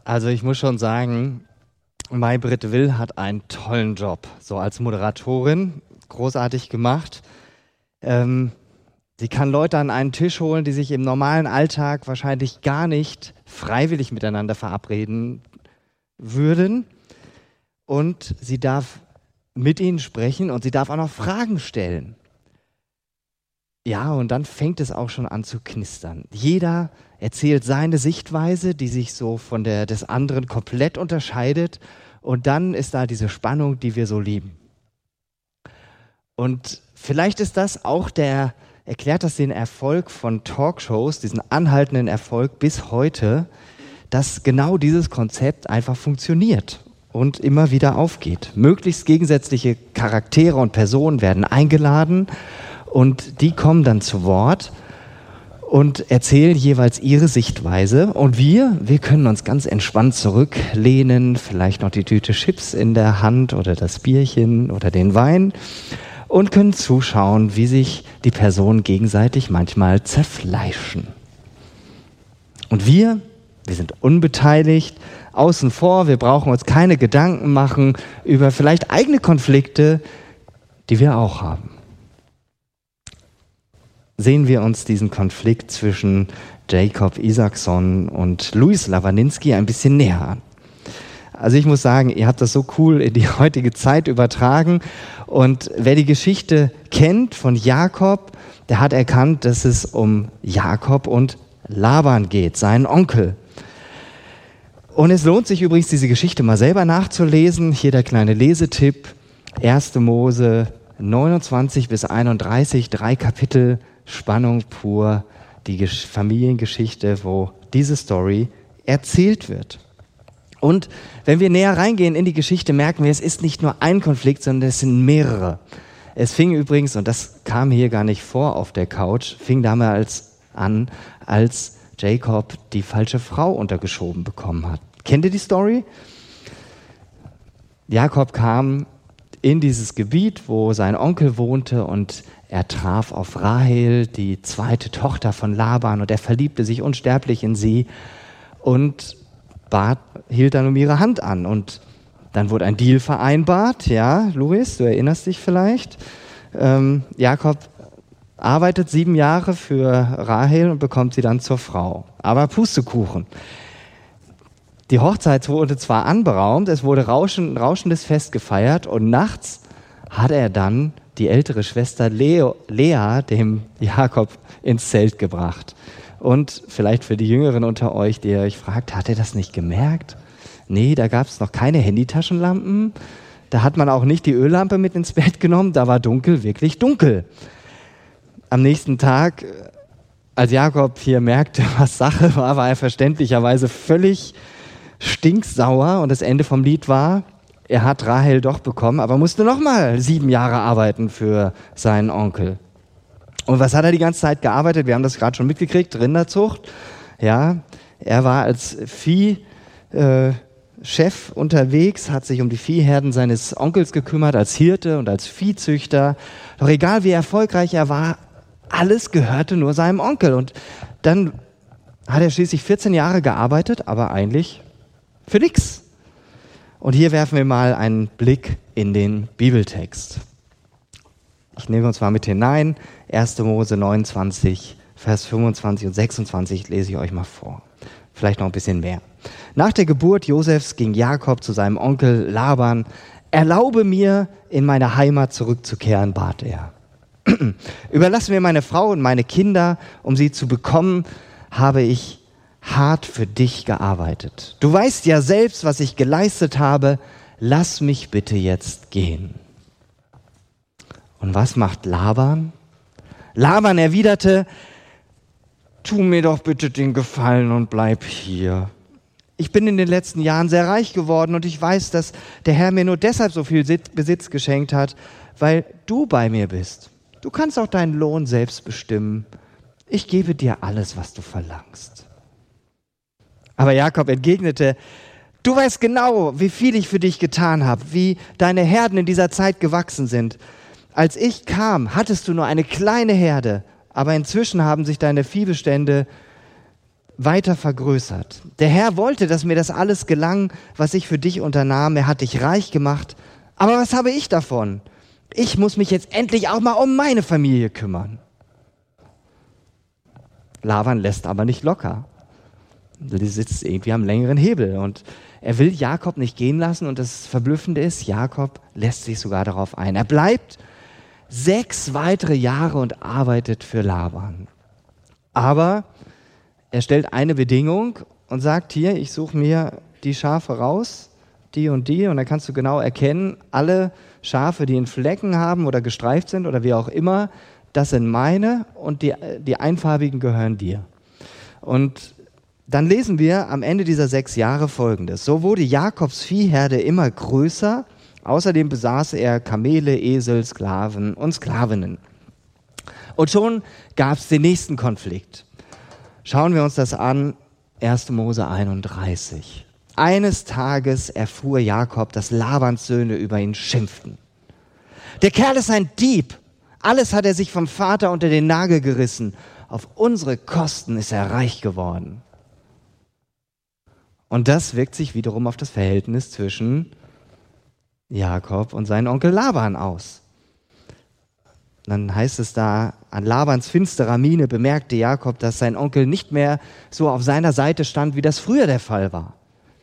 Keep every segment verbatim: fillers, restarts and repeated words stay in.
Also ich muss schon sagen, May-Britt Will hat einen tollen Job, so als Moderatorin, großartig gemacht. Ähm, sie kann Leute an einen Tisch holen, die sich im normalen Alltag wahrscheinlich gar nicht freiwillig miteinander verabreden würden. Und sie darf mit ihnen sprechen und sie darf auch noch Fragen stellen. Ja, und dann fängt es auch schon an zu knistern. Jeder erzählt seine Sichtweise, die sich so von der des anderen komplett unterscheidet. Und dann ist da diese Spannung, die wir so lieben. Und vielleicht ist das auch der, erklärt das den Erfolg von Talkshows, diesen anhaltenden Erfolg bis heute, dass genau dieses Konzept einfach funktioniert und immer wieder aufgeht. Möglichst gegensätzliche Charaktere und Personen werden eingeladen und die kommen dann zu Wort und erzählen jeweils ihre Sichtweise. Und wir, wir können uns ganz entspannt zurücklehnen, vielleicht noch die Tüte Chips in der Hand oder das Bierchen oder den Wein und können zuschauen, wie sich die Personen gegenseitig manchmal zerfleischen. Und wir, wir sind unbeteiligt, außen vor, wir brauchen uns keine Gedanken machen über vielleicht eigene Konflikte, die wir auch haben. Sehen wir uns diesen Konflikt zwischen Jacob Isaacson und Luis Lawaninski ein bisschen näher an. Also ich muss sagen, ihr habt das so cool in die heutige Zeit übertragen und wer die Geschichte kennt von Jakob, der hat erkannt, dass es um Jakob und Laban geht, seinen Onkel. Und es lohnt sich übrigens, diese Geschichte mal selber nachzulesen. Hier der kleine Lesetipp, erste Mose neunundzwanzig bis einunddreißig, drei Kapitel, Spannung pur, die Familiengeschichte, wo diese Story erzählt wird. Und wenn wir näher reingehen in die Geschichte, merken wir, es ist nicht nur ein Konflikt, sondern es sind mehrere. Es fing übrigens, und das kam hier gar nicht vor auf der Couch, fing damals an, als Jacob die falsche Frau untergeschoben bekommen hat. Kennt ihr die Story? Jakob kam in dieses Gebiet, wo sein Onkel wohnte und er traf auf Rahel, die zweite Tochter von Laban, und er verliebte sich unsterblich in sie und bat, hielt dann um ihre Hand an. Und dann wurde ein Deal vereinbart, ja, Luis, du erinnerst dich vielleicht. Ähm, Jakob arbeitet sieben Jahre für Rahel und bekommt sie dann zur Frau. Aber Pustekuchen. Die Hochzeit wurde zwar anberaumt, es wurde rauschen, rauschendes Fest gefeiert und nachts hat er dann die ältere Schwester Leo, Lea dem Jakob ins Zelt gebracht. Und vielleicht für die Jüngeren unter euch, die ihr euch fragt, hat er das nicht gemerkt? Nee, da gab es noch keine Handytaschenlampen. Da hat man auch nicht die Öllampe mit ins Bett genommen. Da war dunkel, wirklich dunkel. Am nächsten Tag, als Jakob hier merkte, was Sache war, war er verständlicherweise völlig stinksauer. Und das Ende vom Lied war, er hat Rahel doch bekommen, aber musste nochmal sieben Jahre arbeiten für seinen Onkel. Und was hat er die ganze Zeit gearbeitet? Wir haben das gerade schon mitgekriegt, Rinderzucht. Ja, er war als Viehchef äh, unterwegs, hat sich um die Viehherden seines Onkels gekümmert, als Hirte und als Viehzüchter. Doch egal wie erfolgreich er war, alles gehörte nur seinem Onkel. Und dann hat er schließlich vierzehn Jahre gearbeitet, aber eigentlich für nichts. Und hier werfen wir mal einen Blick in den Bibeltext. Ich nehme uns mal mit hinein. erste Mose neunundzwanzig, Vers fünfundzwanzig und sechsundzwanzig lese ich euch mal vor. Vielleicht noch ein bisschen mehr. Nach der Geburt Josefs ging Jakob zu seinem Onkel Laban. Erlaube mir, in meine Heimat zurückzukehren, bat er. Überlasse mir meine Frau und meine Kinder, um sie zu bekommen, habe ich hart für dich gearbeitet. Du weißt ja selbst, was ich geleistet habe. Lass mich bitte jetzt gehen. Und was macht Laban? Laban erwiderte, tu mir doch bitte den Gefallen und bleib hier. Ich bin in den letzten Jahren sehr reich geworden und ich weiß, dass der Herr mir nur deshalb so viel Besitz geschenkt hat, weil du bei mir bist. Du kannst auch deinen Lohn selbst bestimmen. Ich gebe dir alles, was du verlangst. Aber Jakob entgegnete, du weißt genau, wie viel ich für dich getan habe, wie deine Herden in dieser Zeit gewachsen sind. Als ich kam, hattest du nur eine kleine Herde, aber inzwischen haben sich deine Viehbestände weiter vergrößert. Der Herr wollte, dass mir das alles gelang, was ich für dich unternahm. Er hat dich reich gemacht. Aber was habe ich davon? Ich muss mich jetzt endlich auch mal um meine Familie kümmern. Laban lässt aber nicht locker. Er sitzt irgendwie am längeren Hebel und er will Jakob nicht gehen lassen und das Verblüffende ist, Jakob lässt sich sogar darauf ein. Er bleibt sechs weitere Jahre und arbeitet für Laban. Aber er stellt eine Bedingung und sagt, hier, ich suche mir die Schafe raus, die und die, und dann kannst du genau erkennen, alle Schafe, die einen Flecken haben oder gestreift sind oder wie auch immer, das sind meine und die, die einfarbigen gehören dir. Und dann lesen wir am Ende dieser sechs Jahre Folgendes. So wurde Jakobs Viehherde immer größer, außerdem besaß er Kamele, Esel, Sklaven und Sklavinnen. Und schon gab es den nächsten Konflikt. Schauen wir uns das an, erster Mose einunddreißig. Eines Tages erfuhr Jakob, dass Labans Söhne über ihn schimpften. Der Kerl ist ein Dieb. Alles hat er sich vom Vater unter den Nagel gerissen. Auf unsere Kosten ist er reich geworden. Und das wirkt sich wiederum auf das Verhältnis zwischen Jakob und seinem Onkel Laban aus. Dann heißt es da, an Labans finsterer Miene bemerkte Jakob, dass sein Onkel nicht mehr so auf seiner Seite stand, wie das früher der Fall war.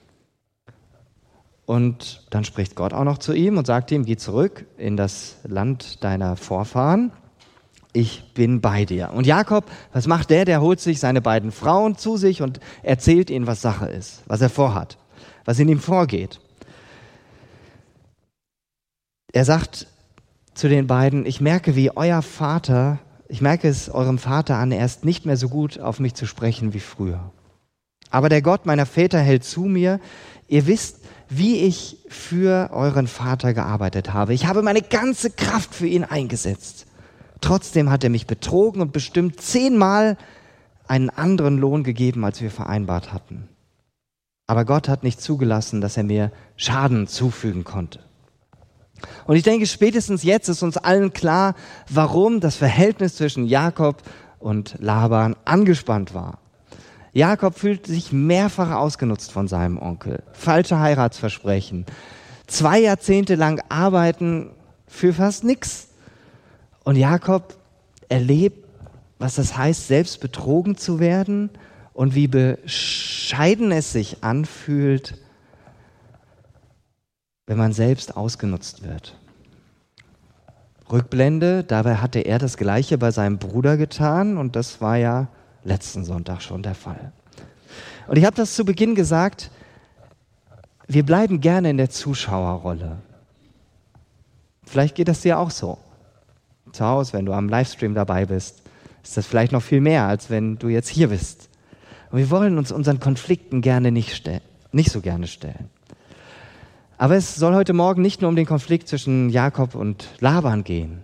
Und dann spricht Gott auch noch zu ihm und sagt ihm, geh zurück in das Land deiner Vorfahren, ich bin bei dir. Und Jakob, was macht der? Der holt sich seine beiden Frauen zu sich und erzählt ihnen, was Sache ist, was er vorhat, was in ihm vorgeht. Er sagt zu den beiden, ich merke, wie euer Vater, ich merke es eurem Vater an, er ist nicht mehr so gut auf mich zu sprechen wie früher. Aber der Gott meiner Väter hält zu mir, ihr wisst, wie ich für euren Vater gearbeitet habe. Ich habe meine ganze Kraft für ihn eingesetzt. Trotzdem hat er mich betrogen und bestimmt zehnmal einen anderen Lohn gegeben, als wir vereinbart hatten. Aber Gott hat nicht zugelassen, dass er mir Schaden zufügen konnte. Und ich denke, spätestens jetzt ist uns allen klar, warum das Verhältnis zwischen Jakob und Laban angespannt war. Jakob fühlt sich mehrfach ausgenutzt von seinem Onkel. Falsche Heiratsversprechen. Zwei Jahrzehnte lang arbeiten für fast nichts. Und Jakob erlebt, was das heißt, selbst betrogen zu werden und wie bescheiden es sich anfühlt, wenn man selbst ausgenutzt wird. Rückblende, dabei hatte er das Gleiche bei seinem Bruder getan und das war ja letzten Sonntag schon der Fall. Und ich habe das zu Beginn gesagt, wir bleiben gerne in der Zuschauerrolle. Vielleicht geht das dir auch so. Zu Hause, wenn du am Livestream dabei bist, ist das vielleicht noch viel mehr, als wenn du jetzt hier bist. Und wir wollen uns unseren Konflikten gerne nicht, stellen, nicht so gerne stellen. Aber es soll heute Morgen nicht nur um den Konflikt zwischen Jakob und Laban gehen.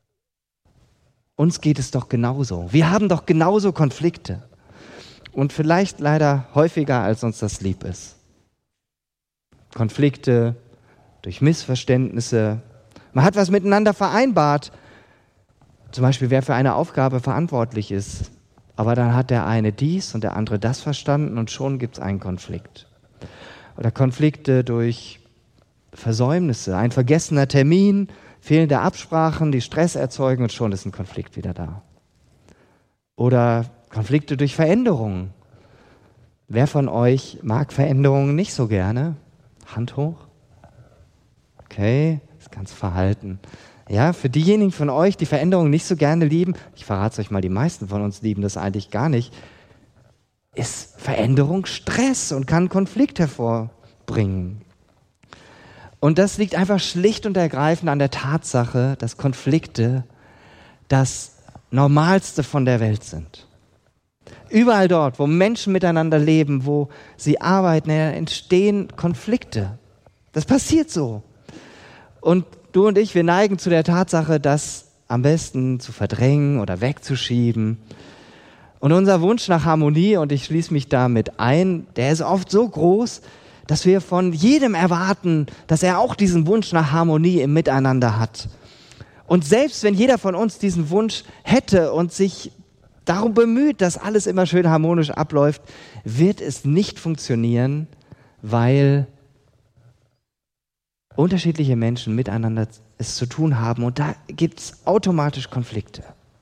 Uns geht es doch genauso. Wir haben doch genauso Konflikte. Und vielleicht leider häufiger, als uns das lieb ist. Konflikte durch Missverständnisse. Man hat was miteinander vereinbart. Zum Beispiel, wer für eine Aufgabe verantwortlich ist. Aber dann hat der eine dies und der andere das verstanden und schon gibt es einen Konflikt. Oder Konflikte durch Versäumnisse, ein vergessener Termin, fehlende Absprachen, die Stress erzeugen und schon ist ein Konflikt wieder da. Oder Konflikte durch Veränderungen. Wer von euch mag Veränderungen nicht so gerne? Hand hoch. Okay, ist ganz verhalten. Ja, für diejenigen von euch, die Veränderungen nicht so gerne lieben, ich verrate es euch mal, die meisten von uns lieben das eigentlich gar nicht, ist Veränderung Stress und kann Konflikt hervorbringen. Und das liegt einfach schlicht und ergreifend an der Tatsache, dass Konflikte das Normalste von der Welt sind. Überall dort, wo Menschen miteinander leben, wo sie arbeiten, entstehen Konflikte. Das passiert so. Und du und ich, wir neigen zu der Tatsache, das am besten zu verdrängen oder wegzuschieben. Und unser Wunsch nach Harmonie, und ich schließe mich damit ein, der ist oft so groß, dass wir von jedem erwarten, dass er auch diesen Wunsch nach Harmonie im Miteinander hat. Und selbst wenn jeder von uns diesen Wunsch hätte und sich darum bemüht, dass alles immer schön harmonisch abläuft, wird es nicht funktionieren, weil unterschiedliche Menschen miteinander es zu tun haben und da gibt es automatisch Konflikte.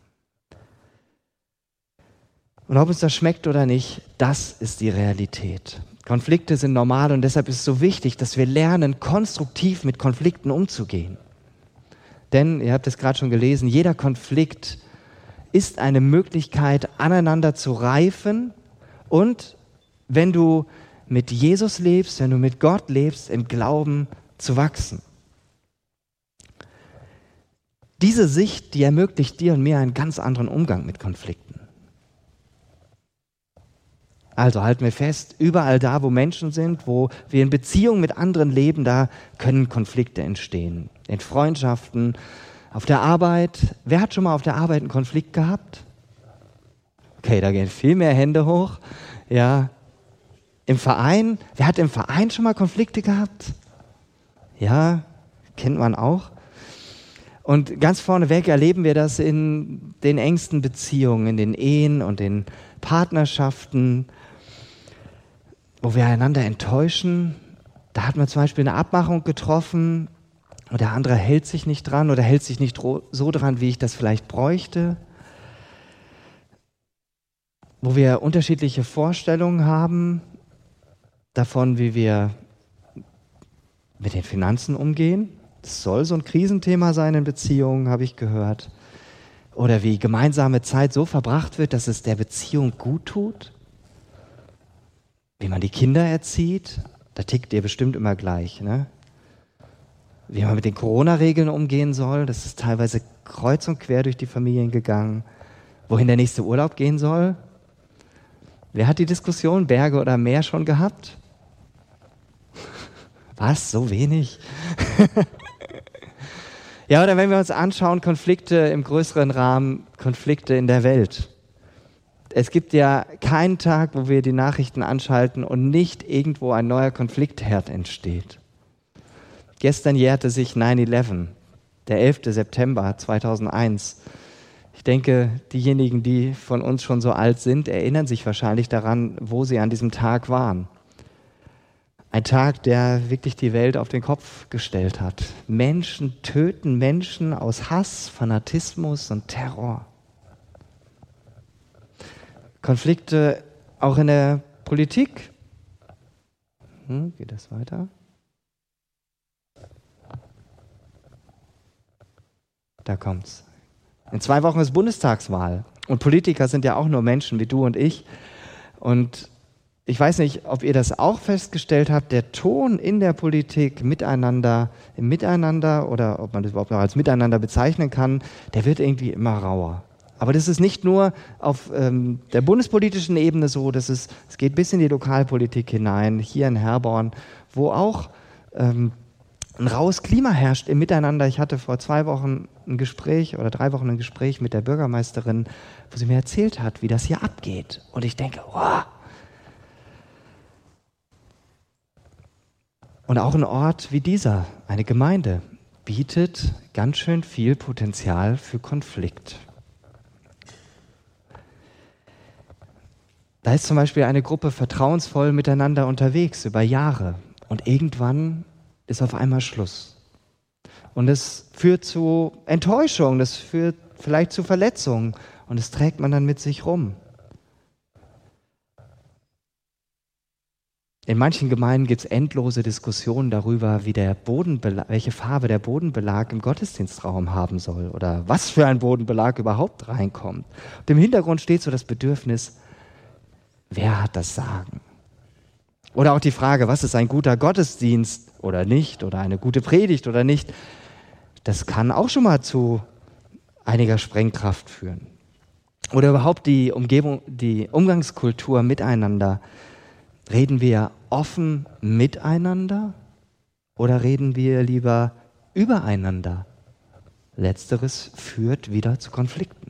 Und ob uns das schmeckt oder nicht, das ist die Realität. Konflikte sind normal und deshalb ist es so wichtig, dass wir lernen, konstruktiv mit Konflikten umzugehen. Denn, ihr habt es gerade schon gelesen, jeder Konflikt ist eine Möglichkeit, aneinander zu reifen und, wenn du mit Jesus lebst, wenn du mit Gott lebst, im Glauben zu wachsen. Diese Sicht, die ermöglicht dir und mir einen ganz anderen Umgang mit Konflikten. Also halten wir fest, überall da, wo Menschen sind, wo wir in Beziehung mit anderen leben, da können Konflikte entstehen. In Freundschaften, auf der Arbeit. Wer hat schon mal auf der Arbeit einen Konflikt gehabt? Okay, da gehen viel mehr Hände hoch. Ja. Im Verein, wer hat im Verein schon mal Konflikte gehabt? Ja, kennt man auch. Und ganz vorneweg erleben wir das in den engsten Beziehungen, in den Ehen und den Partnerschaften, wo wir einander enttäuschen. Da hat man zum Beispiel eine Abmachung getroffen und der andere hält sich nicht dran oder hält sich nicht so dran, wie ich das vielleicht bräuchte. Wo wir unterschiedliche Vorstellungen haben davon, wie wir mit den Finanzen umgehen. Das soll so ein Krisenthema sein in Beziehungen, habe ich gehört. Oder wie gemeinsame Zeit so verbracht wird, dass es der Beziehung gut tut. Wie man die Kinder erzieht, da tickt ihr bestimmt immer gleich, ne? Wie man mit den Corona-Regeln umgehen soll, das ist teilweise kreuz und quer durch die Familien gegangen. Wohin der nächste Urlaub gehen soll? Wer hat die Diskussion, Berge oder Meer, schon gehabt? Was, so wenig? Ja, oder wenn wir uns anschauen, Konflikte im größeren Rahmen, Konflikte in der Welt. Es gibt ja keinen Tag, wo wir die Nachrichten anschalten und nicht irgendwo ein neuer Konfliktherd entsteht. Gestern jährte sich neun elf, der elfter September zweitausendeins. Ich denke, diejenigen, die von uns schon so alt sind, erinnern sich wahrscheinlich daran, wo sie an diesem Tag waren. Ein Tag, der wirklich die Welt auf den Kopf gestellt hat. Menschen töten Menschen aus Hass, Fanatismus und Terror. Konflikte auch in der Politik. Hm, geht das weiter? Da kommt's. In zwei Wochen ist Bundestagswahl. Und Politiker sind ja auch nur Menschen wie du und ich. Und ich weiß nicht, ob ihr das auch festgestellt habt, der Ton in der Politik miteinander, im Miteinander oder ob man das überhaupt noch als Miteinander bezeichnen kann, der wird irgendwie immer rauer. Aber das ist nicht nur auf ähm, der bundespolitischen Ebene so, das ist, es geht bis in die Lokalpolitik hinein, hier in Herborn, wo auch ähm, ein raues Klima herrscht im Miteinander. Ich hatte vor zwei Wochen ein Gespräch oder drei Wochen ein Gespräch mit der Bürgermeisterin, wo sie mir erzählt hat, wie das hier abgeht. Und ich denke, wow. Und auch ein Ort wie dieser, eine Gemeinde, bietet ganz schön viel Potenzial für Konflikt. Da ist zum Beispiel eine Gruppe vertrauensvoll miteinander unterwegs über Jahre und irgendwann ist auf einmal Schluss. Und es führt zu Enttäuschung, das führt vielleicht zu Verletzungen und das trägt man dann mit sich rum. In manchen Gemeinden gibt es endlose Diskussionen darüber, wie der Bodenbelag, welche Farbe der Bodenbelag im Gottesdienstraum haben soll oder was für ein Bodenbelag überhaupt reinkommt. Und im Hintergrund steht so das Bedürfnis, wer hat das Sagen? Oder auch die Frage, was ist ein guter Gottesdienst oder nicht oder eine gute Predigt oder nicht? Das kann auch schon mal zu einiger Sprengkraft führen. Oder überhaupt die Umgebung, die Umgangskultur miteinander. Reden wir offen miteinander oder reden wir lieber übereinander? Letzteres führt wieder zu Konflikten.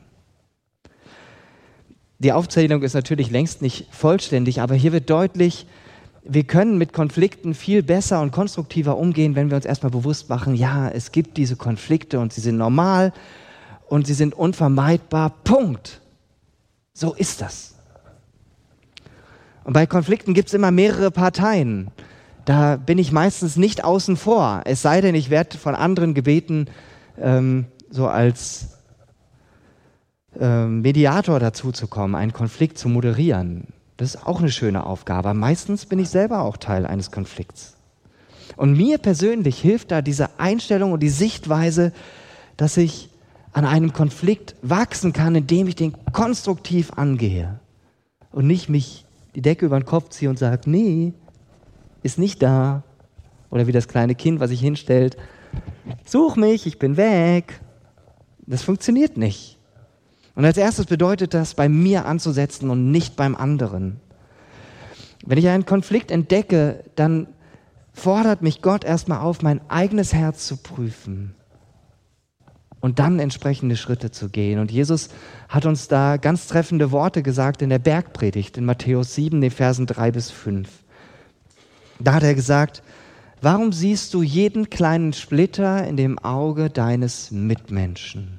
Die Aufzählung ist natürlich längst nicht vollständig, aber hier wird deutlich, wir können mit Konflikten viel besser und konstruktiver umgehen, wenn wir uns erstmal bewusst machen, ja, es gibt diese Konflikte und sie sind normal und sie sind unvermeidbar, Punkt. So ist das. Und bei Konflikten gibt es immer mehrere Parteien. Da bin ich meistens nicht außen vor. Es sei denn, ich werde von anderen gebeten, ähm, so als ähm, Mediator dazu zu kommen, einen Konflikt zu moderieren. Das ist auch eine schöne Aufgabe. Meistens bin ich selber auch Teil eines Konflikts. Und mir persönlich hilft da diese Einstellung und die Sichtweise, dass ich an einem Konflikt wachsen kann, indem ich den konstruktiv angehe und nicht mich die Decke über den Kopf ziehe und sage, nee, ist nicht da. Oder wie das kleine Kind, was sich hinstellt, such mich, ich bin weg. Das funktioniert nicht. Und als erstes bedeutet das, bei mir anzusetzen und nicht beim anderen. Wenn ich einen Konflikt entdecke, dann fordert mich Gott erstmal auf, mein eigenes Herz zu prüfen und dann entsprechende Schritte zu gehen. Und Jesus hat uns da ganz treffende Worte gesagt in der Bergpredigt, in Matthäus sieben, den Versen drei bis fünf. Da hat er gesagt, warum siehst du jeden kleinen Splitter in dem Auge deines Mitmenschen,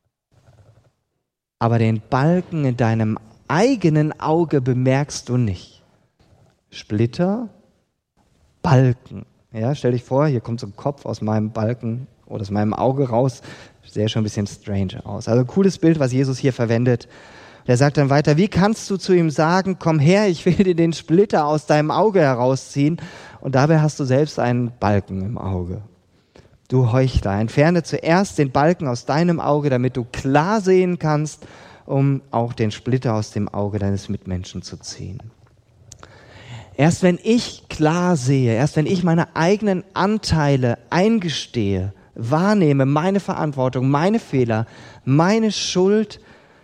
aber den Balken in deinem eigenen Auge bemerkst du nicht? Splitter, Balken. Ja, stell dich vor, hier kommt so ein Kopf aus meinem Balken oder aus meinem Auge raus. Sähe schon ein bisschen strange aus. Also ein cooles Bild, was Jesus hier verwendet. Er sagt dann weiter, wie kannst du zu ihm sagen, komm her, ich will dir den Splitter aus deinem Auge herausziehen, und dabei hast du selbst einen Balken im Auge. Du Heuchler, entferne zuerst den Balken aus deinem Auge, damit du klar sehen kannst, um auch den Splitter aus dem Auge deines Mitmenschen zu ziehen. Erst wenn ich klar sehe, erst wenn ich meine eigenen Anteile eingestehe, wahrnehme, meine Verantwortung, meine Fehler, meine Schuld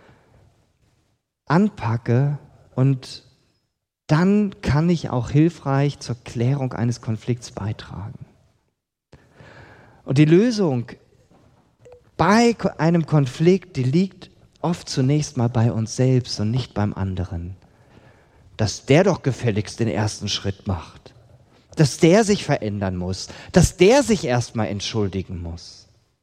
anpacke, und dann kann ich auch hilfreich zur Klärung eines Konflikts beitragen. Und die Lösung bei einem Konflikt, die liegt oft zunächst mal bei uns selbst und nicht beim anderen. Dass der doch gefälligst den ersten Schritt macht. Dass der sich verändern muss. Dass der sich erstmal entschuldigen muss.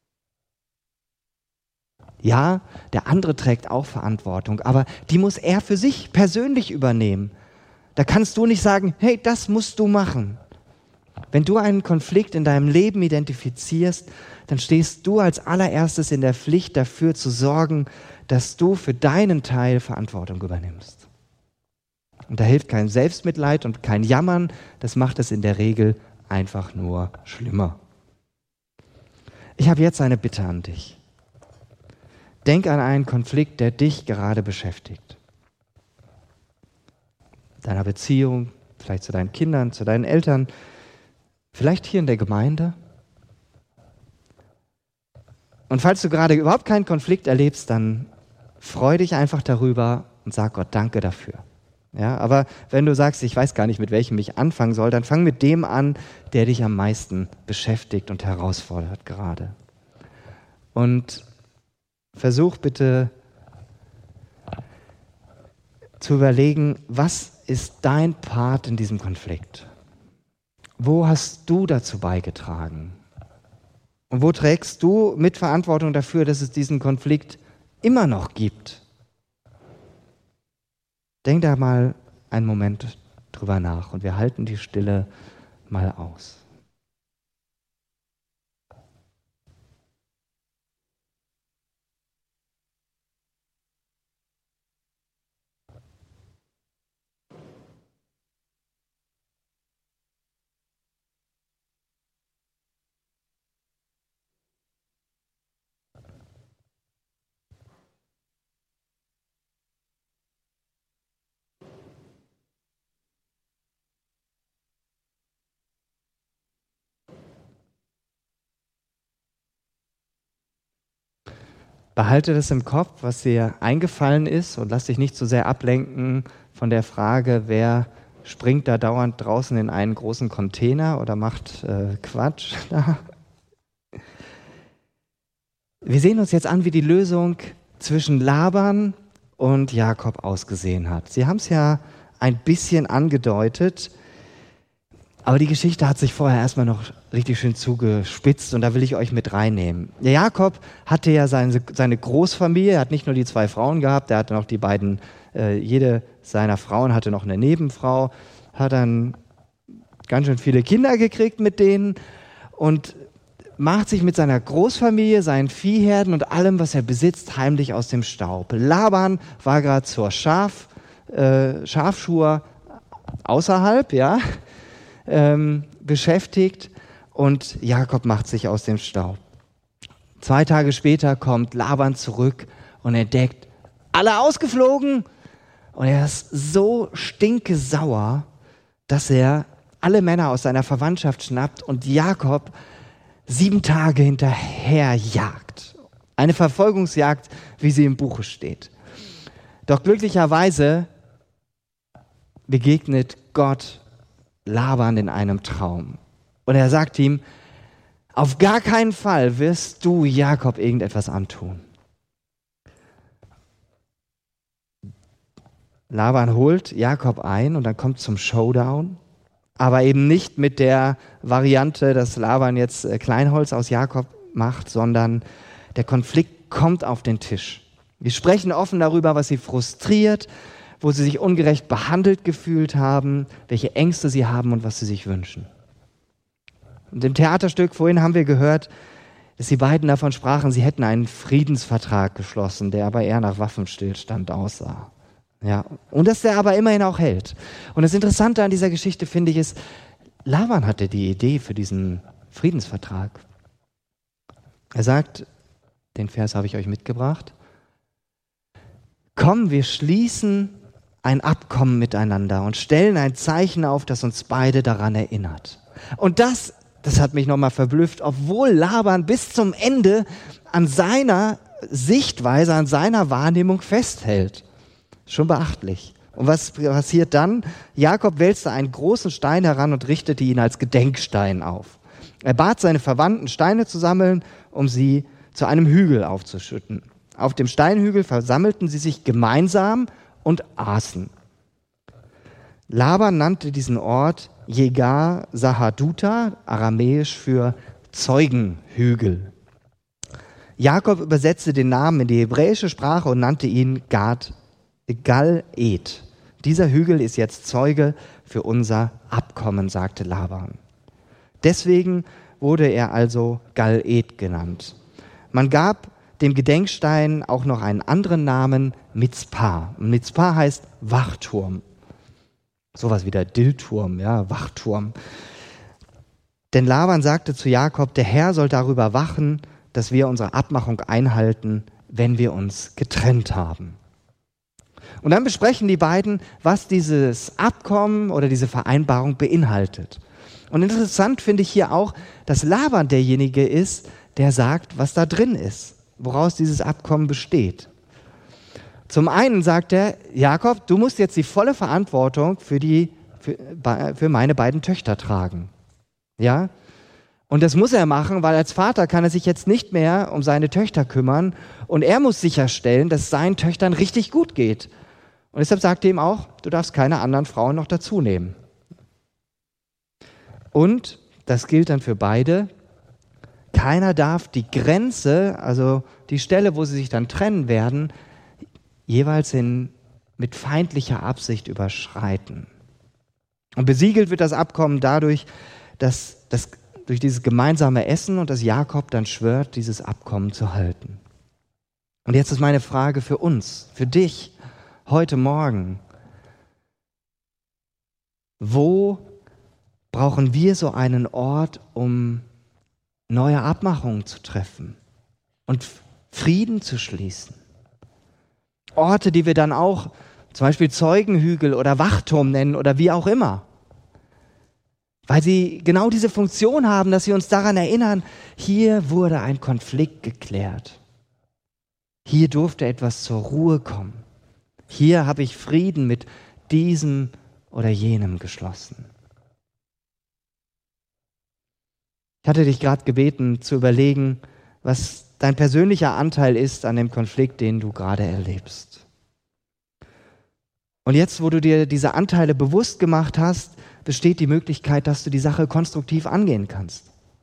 Ja, der andere trägt auch Verantwortung, aber die muss er für sich persönlich übernehmen. Da kannst du nicht sagen, hey, das musst du machen. Wenn du einen Konflikt in deinem Leben identifizierst, dann stehst du als allererstes in der Pflicht, dafür zu sorgen, dass du für deinen Teil Verantwortung übernimmst. Und da hilft kein Selbstmitleid und kein Jammern, das macht es in der Regel einfach nur schlimmer. Ich habe jetzt eine Bitte an dich. Denk an einen Konflikt, der dich gerade beschäftigt. Deiner Beziehung, vielleicht zu deinen Kindern, zu deinen Eltern, vielleicht hier in der Gemeinde. Und falls du gerade überhaupt keinen Konflikt erlebst, dann freu dich einfach darüber und sag Gott Danke dafür. Ja, aber wenn du sagst, ich weiß gar nicht, mit welchem ich anfangen soll, dann fang mit dem an, der dich am meisten beschäftigt und herausfordert gerade. Und versuch bitte zu überlegen, was ist dein Part in diesem Konflikt? Wo hast du dazu beigetragen? Und wo trägst du Mitverantwortung dafür, dass es diesen Konflikt immer noch gibt? Denk da mal einen Moment drüber nach und wir halten die Stille mal aus. Behalte das im Kopf, was dir eingefallen ist, und lass dich nicht zu sehr ablenken von der Frage, wer springt da dauernd draußen in einen großen Container oder macht äh, Quatsch da. Wir sehen uns jetzt an, wie die Lösung zwischen Laban und Jakob ausgesehen hat. Sie haben es ja ein bisschen angedeutet, aber die Geschichte hat sich vorher erstmal noch richtig schön zugespitzt und da will ich euch mit reinnehmen. Der Jakob hatte ja seine, seine Großfamilie, er hat nicht nur die zwei Frauen gehabt, er hatte noch die beiden, äh, jede seiner Frauen hatte noch eine Nebenfrau, hat dann ganz schön viele Kinder gekriegt mit denen und macht sich mit seiner Großfamilie, seinen Viehherden und allem, was er besitzt, heimlich aus dem Staub. Laban war gerade zur Schaf, äh, Schafschur außerhalb, ja, ähm, beschäftigt und Jakob macht sich aus dem Staub. Zwei Tage später kommt Laban zurück und entdeckt, alle ausgeflogen und er ist so stinkesauer, dass er alle Männer aus seiner Verwandtschaft schnappt und Jakob sieben Tage hinterher jagt. Eine Verfolgungsjagd, wie sie im Buche steht. Doch glücklicherweise begegnet Gott Laban in einem Traum. Und er sagt ihm, auf gar keinen Fall wirst du Jakob irgendetwas antun. Laban holt Jakob ein und dann kommt zum Showdown. Aber eben nicht mit der Variante, dass Laban jetzt Kleinholz aus Jakob macht, sondern der Konflikt kommt auf den Tisch. Wir sprechen offen darüber, was sie frustriert, wo sie sich ungerecht behandelt gefühlt haben, welche Ängste sie haben und was sie sich wünschen. Und im Theaterstück vorhin haben wir gehört, dass die beiden davon sprachen, sie hätten einen Friedensvertrag geschlossen, der aber eher nach Waffenstillstand aussah. Ja, und dass der aber immerhin auch hält. Und das Interessante an dieser Geschichte, finde ich, ist, Laban hatte die Idee für diesen Friedensvertrag. Er sagt, den Vers habe ich euch mitgebracht, komm, wir schließen ein Abkommen miteinander und stellen ein Zeichen auf, das uns beide daran erinnert. Und das, das hat mich nochmal verblüfft, obwohl Laban bis zum Ende an seiner Sichtweise, an seiner Wahrnehmung festhält. Schon beachtlich. Und was passiert dann? Jakob wälzte einen großen Stein heran und richtete ihn als Gedenkstein auf. Er bat seine Verwandten, Steine zu sammeln, um sie zu einem Hügel aufzuschütten. Auf dem Steinhügel versammelten sie sich gemeinsam und aßen. Laban nannte diesen Ort Jegar Sahaduta, aramäisch für Zeugenhügel. Jakob übersetzte den Namen in die hebräische Sprache und nannte ihn Gad Gal-Ed. Dieser Hügel ist jetzt Zeuge für unser Abkommen, sagte Laban. Deswegen wurde er also Gal-Ed genannt. Man gab dem Gedenkstein auch noch einen anderen Namen, Mizpah. Mizpah heißt Wachturm. Sowas wie der Dillturm, ja, Wachturm. Denn Laban sagte zu Jakob, der Herr soll darüber wachen, dass wir unsere Abmachung einhalten, wenn wir uns getrennt haben. Und dann besprechen die beiden, was dieses Abkommen oder diese Vereinbarung beinhaltet. Und interessant finde ich hier auch, dass Laban derjenige ist, der sagt, was da drin ist, woraus dieses Abkommen besteht. Zum einen sagt er, Jakob, du musst jetzt die volle Verantwortung für, die, für, für meine beiden Töchter tragen. Ja? Und das muss er machen, weil als Vater kann er sich jetzt nicht mehr um seine Töchter kümmern und er muss sicherstellen, dass es seinen Töchtern richtig gut geht. Und deshalb sagt er ihm auch, du darfst keine anderen Frauen noch dazu nehmen. Und, das gilt dann für beide, keiner darf die Grenze, also die Stelle, wo sie sich dann trennen werden, jeweils in, mit feindlicher Absicht überschreiten. Und besiegelt wird das Abkommen dadurch, dass das, durch dieses gemeinsame Essen und dass Jakob dann schwört, dieses Abkommen zu halten. Und jetzt ist meine Frage für uns, für dich, heute Morgen. Wo brauchen wir so einen Ort, um neue Abmachungen zu treffen und Frieden zu schließen? Orte, die wir dann auch zum Beispiel Zeugenhügel oder Wachturm nennen oder wie auch immer. Weil sie genau diese Funktion haben, dass sie uns daran erinnern, hier wurde ein Konflikt geklärt. Hier durfte etwas zur Ruhe kommen. Hier habe ich Frieden mit diesem oder jenem geschlossen. Ich hatte dich gerade gebeten, zu überlegen, was dein persönlicher Anteil ist an dem Konflikt, den du gerade erlebst. Und jetzt, wo du dir diese Anteile bewusst gemacht hast, besteht die Möglichkeit, dass du die Sache konstruktiv angehen kannst.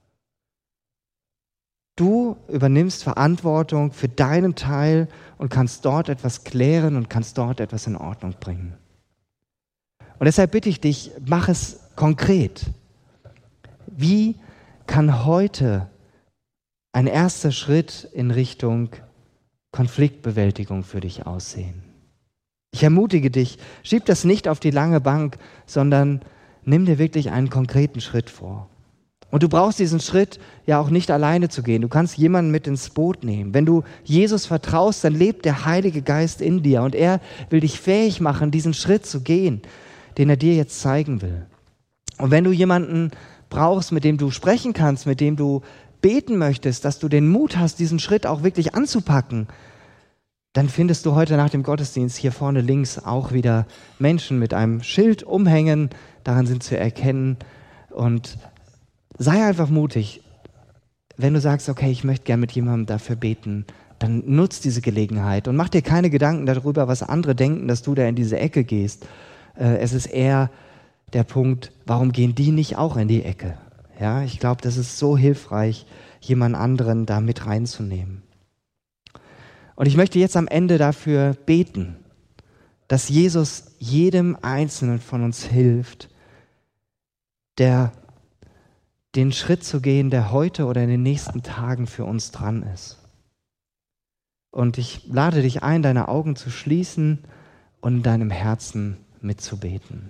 Du übernimmst Verantwortung für deinen Teil und kannst dort etwas klären und kannst dort etwas in Ordnung bringen. Und deshalb bitte ich dich, mach es konkret. Wie kann heute ein erster Schritt in Richtung Konfliktbewältigung für dich aussehen? Ich ermutige dich, schieb das nicht auf die lange Bank, sondern nimm dir wirklich einen konkreten Schritt vor. Und du brauchst diesen Schritt ja auch nicht alleine zu gehen. Du kannst jemanden mit ins Boot nehmen. Wenn du Jesus vertraust, dann lebt der Heilige Geist in dir und er will dich fähig machen, diesen Schritt zu gehen, den er dir jetzt zeigen will. Und wenn du jemanden brauchst, mit dem du sprechen kannst, mit dem du beten möchtest, dass du den Mut hast, diesen Schritt auch wirklich anzupacken, dann findest du heute nach dem Gottesdienst hier vorne links auch wieder Menschen mit einem Schild umhängen. Daran sind zu erkennen. Und sei einfach mutig. Wenn du sagst, okay, ich möchte gerne mit jemandem dafür beten, dann nutz diese Gelegenheit und mach dir keine Gedanken darüber, was andere denken, dass du da in diese Ecke gehst. Äh, es ist eher der Punkt, warum gehen die nicht auch in die Ecke? Ja, ich glaube, das ist so hilfreich, jemand anderen da mit reinzunehmen. Und ich möchte jetzt am Ende dafür beten, dass Jesus jedem Einzelnen von uns hilft, der den Schritt zu gehen, der heute oder in den nächsten Tagen für uns dran ist. Und ich lade dich ein, deine Augen zu schließen und in deinem Herzen mitzubeten.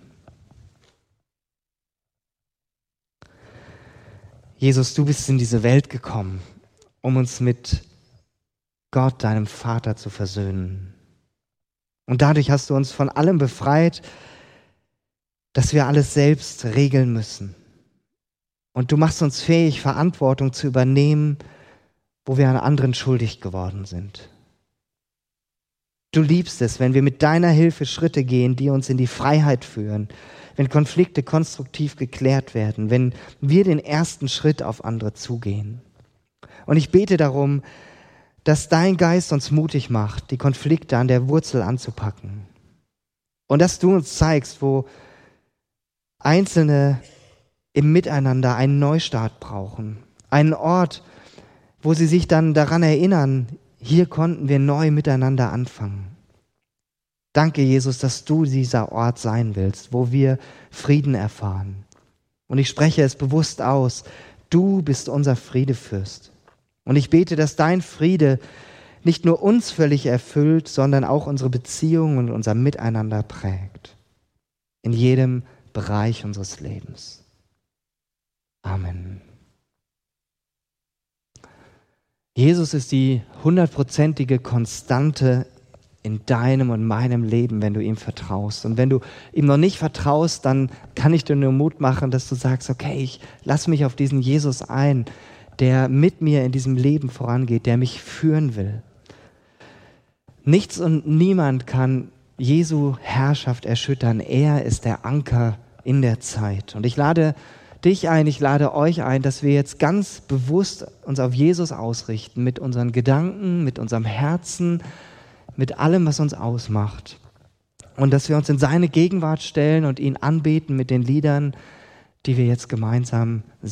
Jesus, du bist in diese Welt gekommen, um uns mit Gott, deinem Vater, zu versöhnen. Und dadurch hast du uns von allem befreit, dass wir alles selbst regeln müssen. Und du machst uns fähig, Verantwortung zu übernehmen, wo wir an anderen schuldig geworden sind. Du liebst es, wenn wir mit deiner Hilfe Schritte gehen, die uns in die Freiheit führen, wenn Konflikte konstruktiv geklärt werden, wenn wir den ersten Schritt auf andere zugehen. Und ich bete darum, dass dein Geist uns mutig macht, die Konflikte an der Wurzel anzupacken. Und dass du uns zeigst, wo Einzelne im Miteinander einen Neustart brauchen. Einen Ort, wo sie sich dann daran erinnern, hier konnten wir neu miteinander anfangen. Danke, Jesus, dass du dieser Ort sein willst, wo wir Frieden erfahren. Und ich spreche es bewusst aus, du bist unser Friedefürst. Und ich bete, dass dein Friede nicht nur uns völlig erfüllt, sondern auch unsere Beziehungen und unser Miteinander prägt. In jedem Bereich unseres Lebens. Amen. Jesus ist die hundertprozentige Konstante in deinem und meinem Leben, wenn du ihm vertraust. Und wenn du ihm noch nicht vertraust, dann kann ich dir nur Mut machen, dass du sagst, okay, ich lass mich auf diesen Jesus ein, der mit mir in diesem Leben vorangeht, der mich führen will. Nichts und niemand kann Jesu Herrschaft erschüttern. Er ist der Anker in der Zeit. Und ich lade dich ein, ich lade euch ein, dass wir jetzt ganz bewusst uns auf Jesus ausrichten, mit unseren Gedanken, mit unserem Herzen, mit allem, was uns ausmacht. Und dass wir uns in seine Gegenwart stellen und ihn anbeten mit den Liedern, die wir jetzt gemeinsam singen.